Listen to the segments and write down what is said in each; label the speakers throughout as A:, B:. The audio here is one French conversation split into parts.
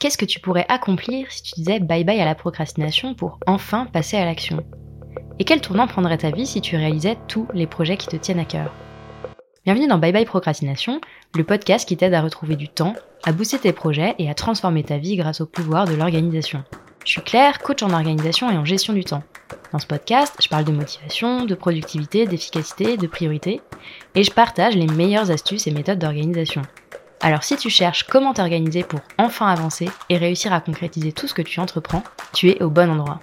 A: Qu'est-ce que tu pourrais accomplir si tu disais bye bye à la procrastination pour enfin passer à l'action ? Et quel tournant prendrait ta vie si tu réalisais tous les projets qui te tiennent à cœur ? Bienvenue dans Bye Bye Procrastination, le podcast qui t'aide à retrouver du temps, à booster tes projets et à transformer ta vie grâce au pouvoir de l'organisation. Je suis Claire, coach en organisation et en gestion du temps. Dans ce podcast, je parle de motivation, de productivité, d'efficacité, de priorité, et je partage les meilleures astuces et méthodes d'organisation. Alors si tu cherches comment t'organiser pour enfin avancer et réussir à concrétiser tout ce que tu entreprends, tu es au bon endroit.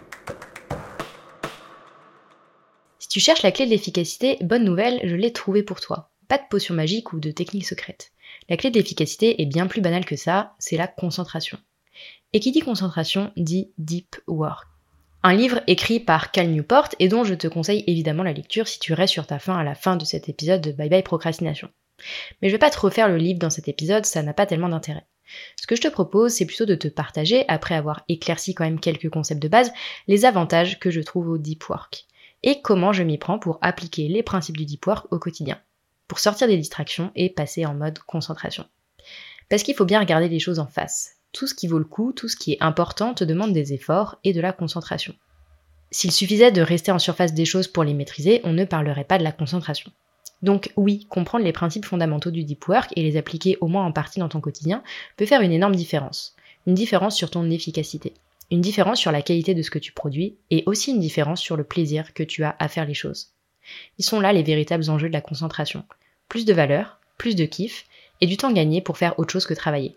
A: Si tu cherches la clé de l'efficacité, bonne nouvelle, je l'ai trouvée pour toi. Pas de potion magique ou de technique secrète. La clé de l'efficacité est bien plus banale que ça, c'est la concentration. Et qui dit concentration dit deep work. Un livre écrit par Cal Newport et dont je te conseille évidemment la lecture si tu restes sur ta faim à la fin de cet épisode de Bye Bye Procrastination. Mais je vais pas te refaire le livre dans cet épisode, ça n'a pas tellement d'intérêt. Ce que je te propose, c'est plutôt de te partager, après avoir éclairci quand même quelques concepts de base, les avantages que je trouve au deep work. Et comment je m'y prends pour appliquer les principes du deep work au quotidien. Pour sortir des distractions et passer en mode concentration. Parce qu'il faut bien regarder les choses en face. Tout ce qui vaut le coup, tout ce qui est important te demande des efforts et de la concentration. S'il suffisait de rester en surface des choses pour les maîtriser, on ne parlerait pas de la concentration. Donc oui, comprendre les principes fondamentaux du deep work et les appliquer au moins en partie dans ton quotidien peut faire une énorme différence. Une différence sur ton efficacité. Une différence sur la qualité de ce que tu produis et aussi une différence sur le plaisir que tu as à faire les choses. Ils sont là les véritables enjeux de la concentration. Plus de valeur, plus de kiff et du temps gagné pour faire autre chose que travailler.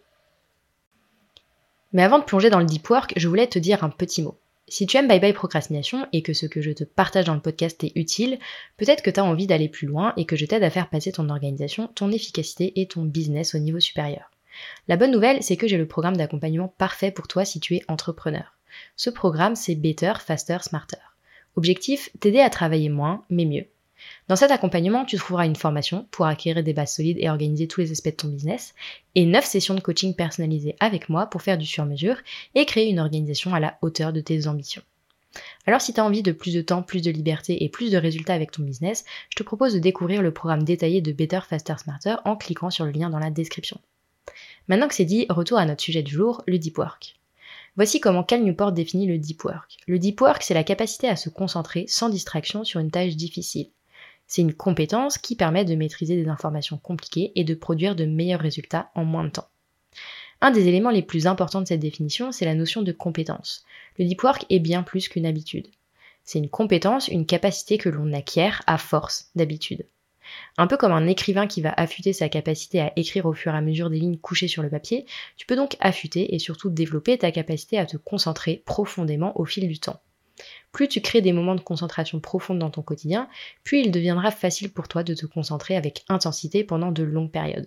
A: Mais avant de plonger dans le deep work, je voulais te dire un petit mot. Si tu aimes Bye Bye Procrastination et que ce que je te partage dans le podcast est utile, peut-être que tu as envie d'aller plus loin et que je t'aide à faire passer ton organisation, ton efficacité et ton business au niveau supérieur. La bonne nouvelle, c'est que j'ai le programme d'accompagnement parfait pour toi si tu es entrepreneur. Ce programme, c'est Better, Faster, Smarter. Objectif, t'aider à travailler moins, mais mieux. Dans cet accompagnement, tu trouveras une formation pour acquérir des bases solides et organiser tous les aspects de ton business, et 9 sessions de coaching personnalisées avec moi pour faire du sur-mesure et créer une organisation à la hauteur de tes ambitions. Alors si tu as envie de plus de temps, plus de liberté et plus de résultats avec ton business, je te propose de découvrir le programme détaillé de Better, Faster, Smarter en cliquant sur le lien dans la description. Maintenant que c'est dit, retour à notre sujet du jour, le deep work. Voici comment Cal Newport définit le deep work. Le deep work, c'est la capacité à se concentrer sans distraction sur une tâche difficile. C'est une compétence qui permet de maîtriser des informations compliquées et de produire de meilleurs résultats en moins de temps. Un des éléments les plus importants de cette définition, c'est la notion de compétence. Le deep work est bien plus qu'une habitude. C'est une compétence, une capacité que l'on acquiert à force d'habitude. Un peu comme un écrivain qui va affûter sa capacité à écrire au fur et à mesure des lignes couchées sur le papier, tu peux donc affûter et surtout développer ta capacité à te concentrer profondément au fil du temps. Plus tu crées des moments de concentration profonde dans ton quotidien, plus il deviendra facile pour toi de te concentrer avec intensité pendant de longues périodes.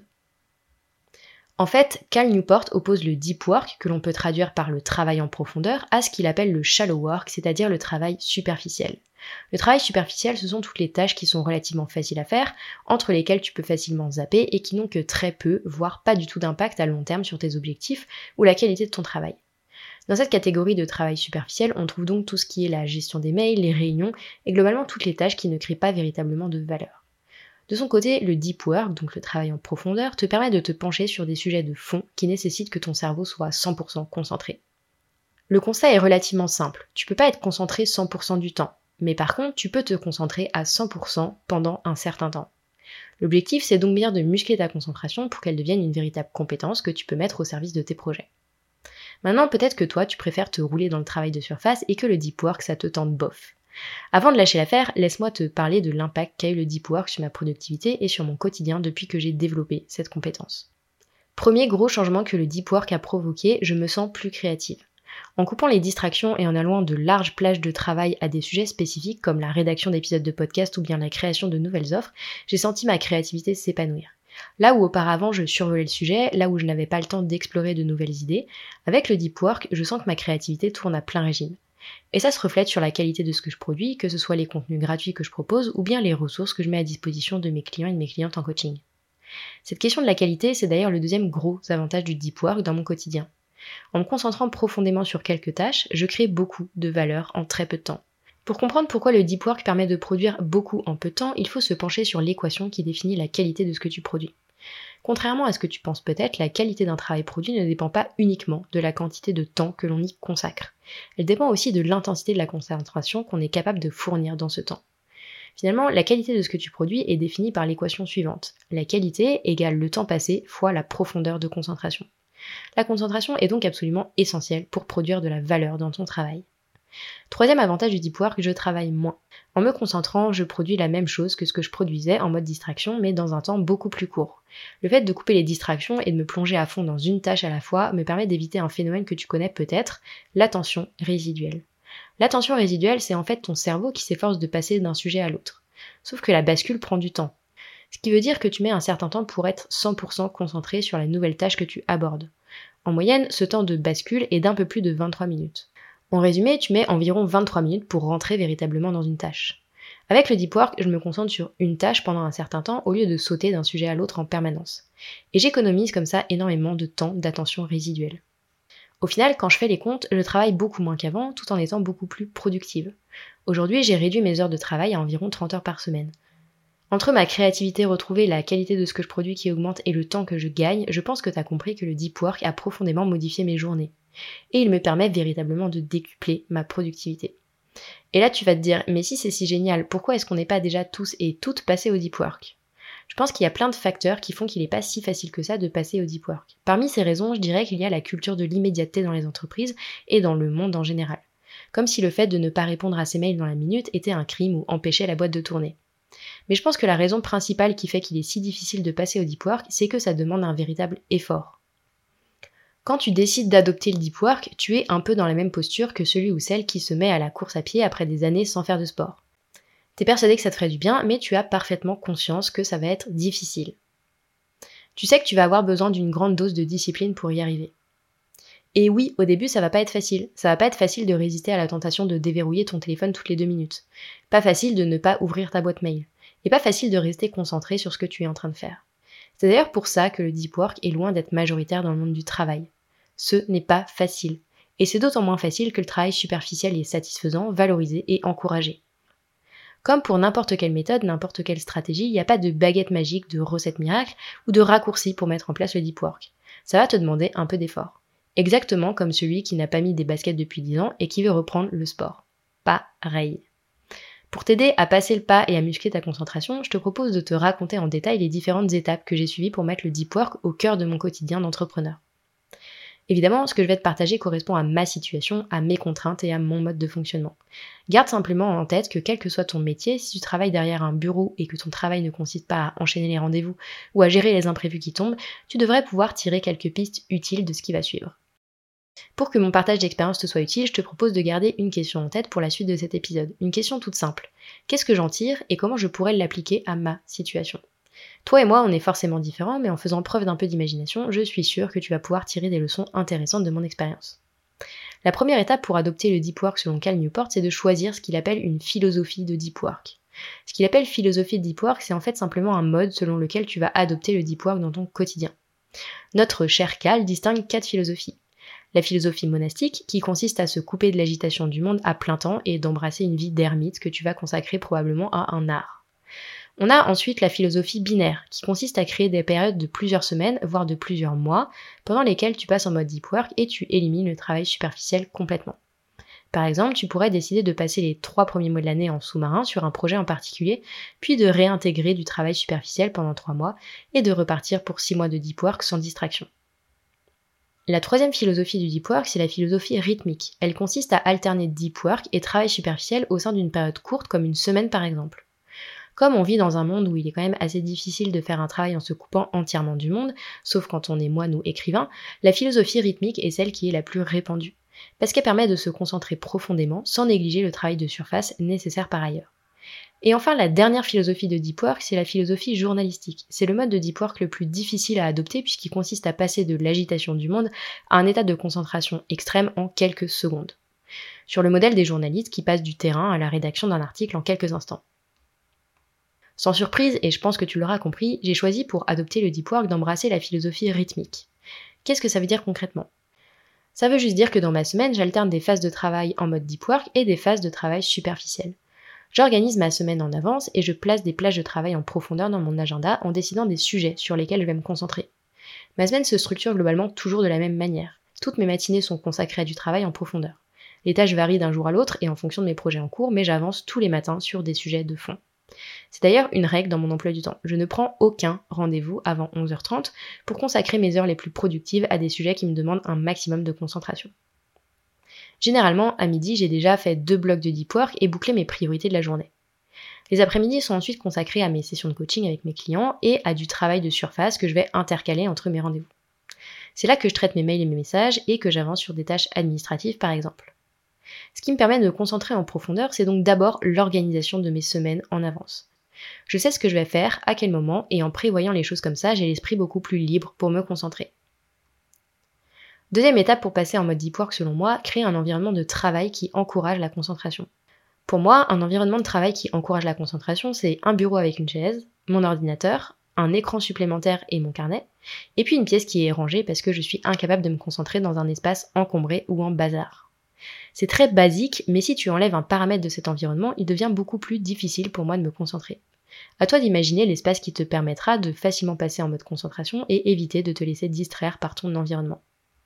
A: En fait, Cal Newport oppose le deep work, que l'on peut traduire par le travail en profondeur, à ce qu'il appelle le shallow work, c'est-à-dire le travail superficiel. Le travail superficiel, ce sont toutes les tâches qui sont relativement faciles à faire, entre lesquelles tu peux facilement zapper et qui n'ont que très peu, voire pas du tout d'impact à long terme sur tes objectifs ou la qualité de ton travail. Dans cette catégorie de travail superficiel, on trouve donc tout ce qui est la gestion des mails, les réunions et globalement toutes les tâches qui ne créent pas véritablement de valeur. De son côté, le deep work, donc le travail en profondeur, te permet de te pencher sur des sujets de fond qui nécessitent que ton cerveau soit 100% concentré. Le constat est relativement simple, tu peux pas être concentré 100% du temps, mais par contre tu peux te concentrer à 100% pendant un certain temps. L'objectif c'est donc bien de muscler ta concentration pour qu'elle devienne une véritable compétence que tu peux mettre au service de tes projets. Maintenant, peut-être que toi, tu préfères te rouler dans le travail de surface et que le deep work, ça te tente bof. Avant de lâcher l'affaire, laisse-moi te parler de l'impact qu'a eu le deep work sur ma productivité et sur mon quotidien depuis que j'ai développé cette compétence. Premier gros changement que le deep work a provoqué, je me sens plus créative. En coupant les distractions et en allouant de larges plages de travail à des sujets spécifiques comme la rédaction d'épisodes de podcast ou bien la création de nouvelles offres, j'ai senti ma créativité s'épanouir. Là où auparavant je survolais le sujet, là où je n'avais pas le temps d'explorer de nouvelles idées, avec le deep work, je sens que ma créativité tourne à plein régime. Et ça se reflète sur la qualité de ce que je produis, que ce soit les contenus gratuits que je propose ou bien les ressources que je mets à disposition de mes clients et de mes clientes en coaching. Cette question de la qualité, c'est d'ailleurs le deuxième gros avantage du deep work dans mon quotidien. En me concentrant profondément sur quelques tâches, je crée beaucoup de valeur en très peu de temps. Pour comprendre pourquoi le deep work permet de produire beaucoup en peu de temps, il faut se pencher sur l'équation qui définit la qualité de ce que tu produis. Contrairement à ce que tu penses peut-être, la qualité d'un travail produit ne dépend pas uniquement de la quantité de temps que l'on y consacre. Elle dépend aussi de l'intensité de la concentration qu'on est capable de fournir dans ce temps. Finalement, la qualité de ce que tu produis est définie par l'équation suivante. La qualité égale le temps passé fois la profondeur de concentration. La concentration est donc absolument essentielle pour produire de la valeur dans ton travail. Troisième avantage du deep work, je travaille moins. En me concentrant, je produis la même chose que ce que je produisais en mode distraction, mais dans un temps beaucoup plus court. Le fait de couper les distractions et de me plonger à fond dans une tâche à la fois me permet d'éviter un phénomène que tu connais peut-être, l'attention résiduelle. L'attention résiduelle, c'est en fait ton cerveau qui s'efforce de passer d'un sujet à l'autre. Sauf que la bascule prend du temps. Ce qui veut dire que tu mets un certain temps pour être 100% concentré sur la nouvelle tâche que tu abordes. En moyenne, ce temps de bascule est d'un peu plus de 23 minutes. En résumé, tu mets environ 23 minutes pour rentrer véritablement dans une tâche. Avec le deep work, je me concentre sur une tâche pendant un certain temps au lieu de sauter d'un sujet à l'autre en permanence. Et j'économise comme ça énormément de temps d'attention résiduelle. Au final, quand je fais les comptes, je travaille beaucoup moins qu'avant, tout en étant beaucoup plus productive. Aujourd'hui, j'ai réduit mes heures de travail à environ 30 heures par semaine. Entre ma créativité retrouvée, la qualité de ce que je produis qui augmente et le temps que je gagne, je pense que tu as compris que le deep work a profondément modifié mes journées. Et il me permet véritablement de décupler ma productivité. Et là, tu vas te dire, mais si c'est si génial, pourquoi est-ce qu'on n'est pas déjà tous et toutes passés au deep work ? Je pense qu'il y a plein de facteurs qui font qu'il n'est pas si facile que ça de passer au deep work. Parmi ces raisons, je dirais qu'il y a la culture de l'immédiateté dans les entreprises et dans le monde en général. Comme si le fait de ne pas répondre à ses mails dans la minute était un crime ou empêchait la boîte de tourner. Mais je pense que la raison principale qui fait qu'il est si difficile de passer au deep work, c'est que ça demande un véritable effort. Quand tu décides d'adopter le deep work, tu es un peu dans la même posture que celui ou celle qui se met à la course à pied après des années sans faire de sport. T'es persuadé que ça te ferait du bien, mais tu as parfaitement conscience que ça va être difficile. Tu sais que tu vas avoir besoin d'une grande dose de discipline pour y arriver. Et oui, au début, ça va pas être facile. Ça va pas être facile de résister à la tentation de déverrouiller ton téléphone toutes les 2 minutes. Pas facile de ne pas ouvrir ta boîte mail. Et pas facile de rester concentré sur ce que tu es en train de faire. C'est d'ailleurs pour ça que le deep work est loin d'être majoritaire dans le monde du travail. Ce n'est pas facile. Et c'est d'autant moins facile que le travail superficiel est satisfaisant, valorisé et encouragé. Comme pour n'importe quelle méthode, n'importe quelle stratégie, il n'y a pas de baguette magique, de recette miracle ou de raccourci pour mettre en place le deep work. Ça va te demander un peu d'effort. Exactement comme celui qui n'a pas mis des baskets depuis 10 ans et qui veut reprendre le sport. Pareil. Pour t'aider à passer le pas et à muscler ta concentration, je te propose de te raconter en détail les différentes étapes que j'ai suivies pour mettre le deep work au cœur de mon quotidien d'entrepreneur. Évidemment, ce que je vais te partager correspond à ma situation, à mes contraintes et à mon mode de fonctionnement. Garde simplement en tête que quel que soit ton métier, si tu travailles derrière un bureau et que ton travail ne consiste pas à enchaîner les rendez-vous ou à gérer les imprévus qui tombent, tu devrais pouvoir tirer quelques pistes utiles de ce qui va suivre. Pour que mon partage d'expérience te soit utile, je te propose de garder une question en tête pour la suite de cet épisode. Une question toute simple. Qu'est-ce que j'en tire et comment je pourrais l'appliquer à ma situation ? Toi et moi, on est forcément différents, mais en faisant preuve d'un peu d'imagination, je suis sûre que tu vas pouvoir tirer des leçons intéressantes de mon expérience. La première étape pour adopter le deep work selon Cal Newport, c'est de choisir ce qu'il appelle une philosophie de deep work. Ce qu'il appelle philosophie de deep work, c'est en fait simplement un mode selon lequel tu vas adopter le deep work dans ton quotidien. Notre cher Cal distingue 4 philosophies. La philosophie monastique, qui consiste à se couper de l'agitation du monde à plein temps et d'embrasser une vie d'ermite que tu vas consacrer probablement à un art. On a ensuite la philosophie binaire, qui consiste à créer des périodes de plusieurs semaines, voire de plusieurs mois, pendant lesquelles tu passes en mode deep work et tu élimines le travail superficiel complètement. Par exemple, tu pourrais décider de passer les 3 premiers mois de l'année en sous-marin sur un projet en particulier, puis de réintégrer du travail superficiel pendant 3 mois et de repartir pour 6 mois de deep work sans distraction. La troisième philosophie du deep work, c'est la philosophie rythmique. Elle consiste à alterner deep work et travail superficiel au sein d'une période courte comme une semaine par exemple. Comme on vit dans un monde où il est quand même assez difficile de faire un travail en se coupant entièrement du monde, sauf quand on est moine ou écrivain, la philosophie rythmique est celle qui est la plus répandue, parce qu'elle permet de se concentrer profondément sans négliger le travail de surface nécessaire par ailleurs. Et enfin, la dernière philosophie de deep work, c'est la philosophie journalistique. C'est le mode de deep work le plus difficile à adopter puisqu'il consiste à passer de l'agitation du monde à un état de concentration extrême en quelques secondes. Sur le modèle des journalistes qui passent du terrain à la rédaction d'un article en quelques instants. Sans surprise, et je pense que tu l'auras compris, j'ai choisi pour adopter le deep work d'embrasser la philosophie rythmique. Qu'est-ce que ça veut dire concrètement ? Ça veut juste dire que dans ma semaine, j'alterne des phases de travail en mode deep work et des phases de travail superficiel. J'organise ma semaine en avance et je place des plages de travail en profondeur dans mon agenda en décidant des sujets sur lesquels je vais me concentrer. Ma semaine se structure globalement toujours de la même manière. Toutes mes matinées sont consacrées à du travail en profondeur. Les tâches varient d'un jour à l'autre et en fonction de mes projets en cours, mais j'avance tous les matins sur des sujets de fond. C'est d'ailleurs une règle dans mon emploi du temps. Je ne prends aucun rendez-vous avant 11h30 pour consacrer mes heures les plus productives à des sujets qui me demandent un maximum de concentration. Généralement, à midi, j'ai déjà fait 2 blocs de deep work et bouclé mes priorités de la journée. Les après-midi sont ensuite consacrés à mes sessions de coaching avec mes clients et à du travail de surface que je vais intercaler entre mes rendez-vous. C'est là que je traite mes mails et mes messages et que j'avance sur des tâches administratives par exemple. Ce qui me permet de me concentrer en profondeur, c'est donc d'abord l'organisation de mes semaines en avance. Je sais ce que je vais faire, à quel moment, et en prévoyant les choses comme ça, j'ai l'esprit beaucoup plus libre pour me concentrer. Deuxième étape pour passer en mode deep work selon moi, créer un environnement de travail qui encourage la concentration. Pour moi, un environnement de travail qui encourage la concentration, c'est un bureau avec une chaise, mon ordinateur, un écran supplémentaire et mon carnet, et puis une pièce qui est rangée parce que je suis incapable de me concentrer dans un espace encombré ou en bazar. C'est très basique, mais si tu enlèves un paramètre de cet environnement, il devient beaucoup plus difficile pour moi de me concentrer. À toi d'imaginer l'espace qui te permettra de facilement passer en mode concentration et éviter de te laisser distraire par ton environnement.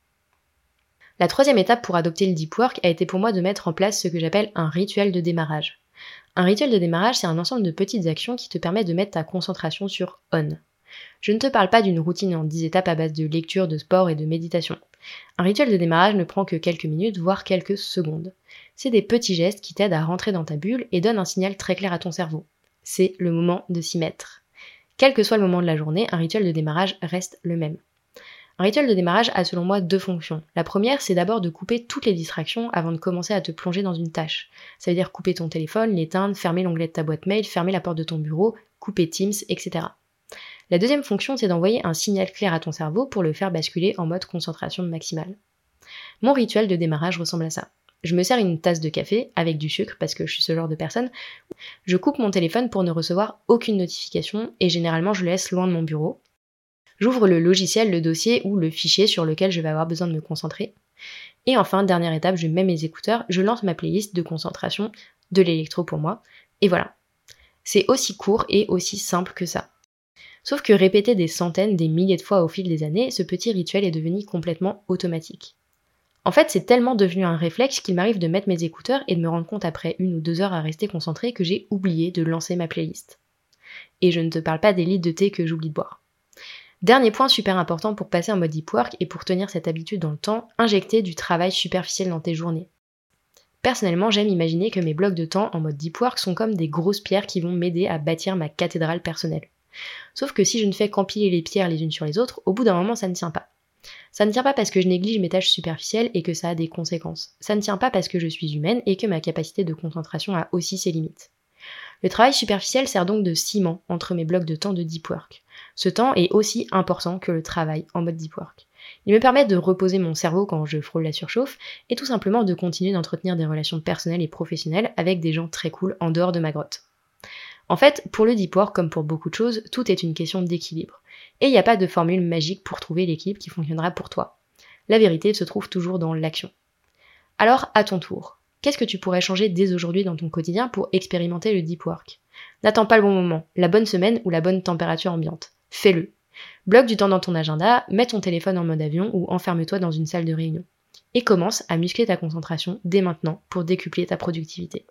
A: La troisième étape pour adopter le deep work a été pour moi de mettre en place ce que j'appelle un rituel de démarrage. Un rituel de démarrage, c'est un ensemble de petites actions qui te permettent de mettre ta concentration sur on. Je ne te parle pas d'une routine en 10 étapes à base de lecture, de sport et de méditation. Un rituel de démarrage ne prend que quelques minutes, voire quelques secondes. C'est des petits gestes qui t'aident à rentrer dans ta bulle et donnent un signal très clair à ton cerveau. C'est le moment de s'y mettre. Quel que soit le moment de la journée, un rituel de démarrage reste le même. Un rituel de démarrage a selon moi 2 fonctions. La première, c'est d'abord de couper toutes les distractions avant de commencer à te plonger dans une tâche. Ça veut dire couper ton téléphone, l'éteindre, fermer l'onglet de ta boîte mail, fermer la porte de ton bureau, couper Teams, etc. La deuxième fonction, c'est d'envoyer un signal clair à ton cerveau pour le faire basculer en mode concentration maximale. Mon rituel de démarrage ressemble à ça. Je me sers une tasse de café avec du sucre parce que je suis ce genre de personne. Je coupe mon téléphone pour ne recevoir aucune notification et généralement je le laisse loin de mon bureau. J'ouvre le logiciel, le dossier ou le fichier sur lequel je vais avoir besoin de me concentrer. Et enfin, dernière étape, je mets mes écouteurs, je lance ma playlist de concentration, de l'électro pour moi, et voilà. C'est aussi court et aussi simple que ça. Sauf que répété des centaines, des milliers de fois au fil des années, ce petit rituel est devenu complètement automatique. En fait, c'est tellement devenu un réflexe qu'il m'arrive de mettre mes écouteurs et de me rendre compte après 1 ou 2 heures à rester concentré que j'ai oublié de lancer ma playlist. Et je ne te parle pas des litres de thé que j'oublie de boire. Dernier point super important pour passer en mode deep work et pour tenir cette habitude dans le temps, injecter du travail superficiel dans tes journées. Personnellement, j'aime imaginer que mes blocs de temps en mode deep work sont comme des grosses pierres qui vont m'aider à bâtir ma cathédrale personnelle. Sauf que si je ne fais qu'empiler les pierres les unes sur les autres, au bout d'un moment ça ne tient pas. Ça ne tient pas parce que je néglige mes tâches superficielles et que ça a des conséquences. Ça ne tient pas parce que je suis humaine et que ma capacité de concentration a aussi ses limites. Le travail superficiel sert donc de ciment entre mes blocs de temps de deep work. Ce temps est aussi important que le travail en mode deep work. Il me permet de reposer mon cerveau quand je frôle la surchauffe et tout simplement de continuer d'entretenir des relations personnelles et professionnelles avec des gens très cool en dehors de ma grotte. En fait, pour le deep work comme pour beaucoup de choses, tout est une question d'équilibre. Et il n'y a pas de formule magique pour trouver l'équilibre qui fonctionnera pour toi. La vérité se trouve toujours dans l'action. Alors, à ton tour, qu'est-ce que tu pourrais changer dès aujourd'hui dans ton quotidien pour expérimenter le deep work ? N'attends pas le bon moment, la bonne semaine ou la bonne température ambiante. Fais-le. Bloque du temps dans ton agenda, mets ton téléphone en mode avion ou enferme-toi dans une salle de réunion. Et commence à muscler ta concentration dès maintenant pour décupler ta productivité.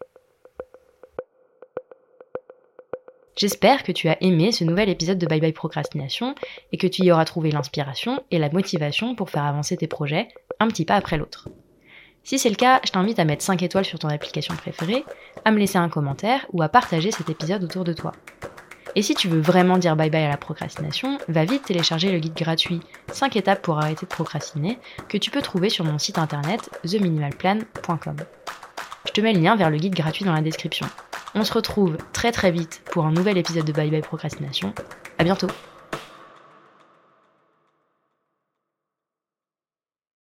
A: J'espère que tu as aimé ce nouvel épisode de Bye Bye Procrastination et que tu y auras trouvé l'inspiration et la motivation pour faire avancer tes projets un petit pas après l'autre. Si c'est le cas, je t'invite à mettre 5 étoiles sur ton application préférée, à me laisser un commentaire ou à partager cet épisode autour de toi. Et si tu veux vraiment dire bye bye à la procrastination, va vite télécharger le guide gratuit 5 étapes pour arrêter de procrastiner que tu peux trouver sur mon site internet theminimalplan.com. Je te mets le lien vers le guide gratuit dans la description. On se retrouve très très vite pour un nouvel épisode de Bye Bye Procrastination. À bientôt!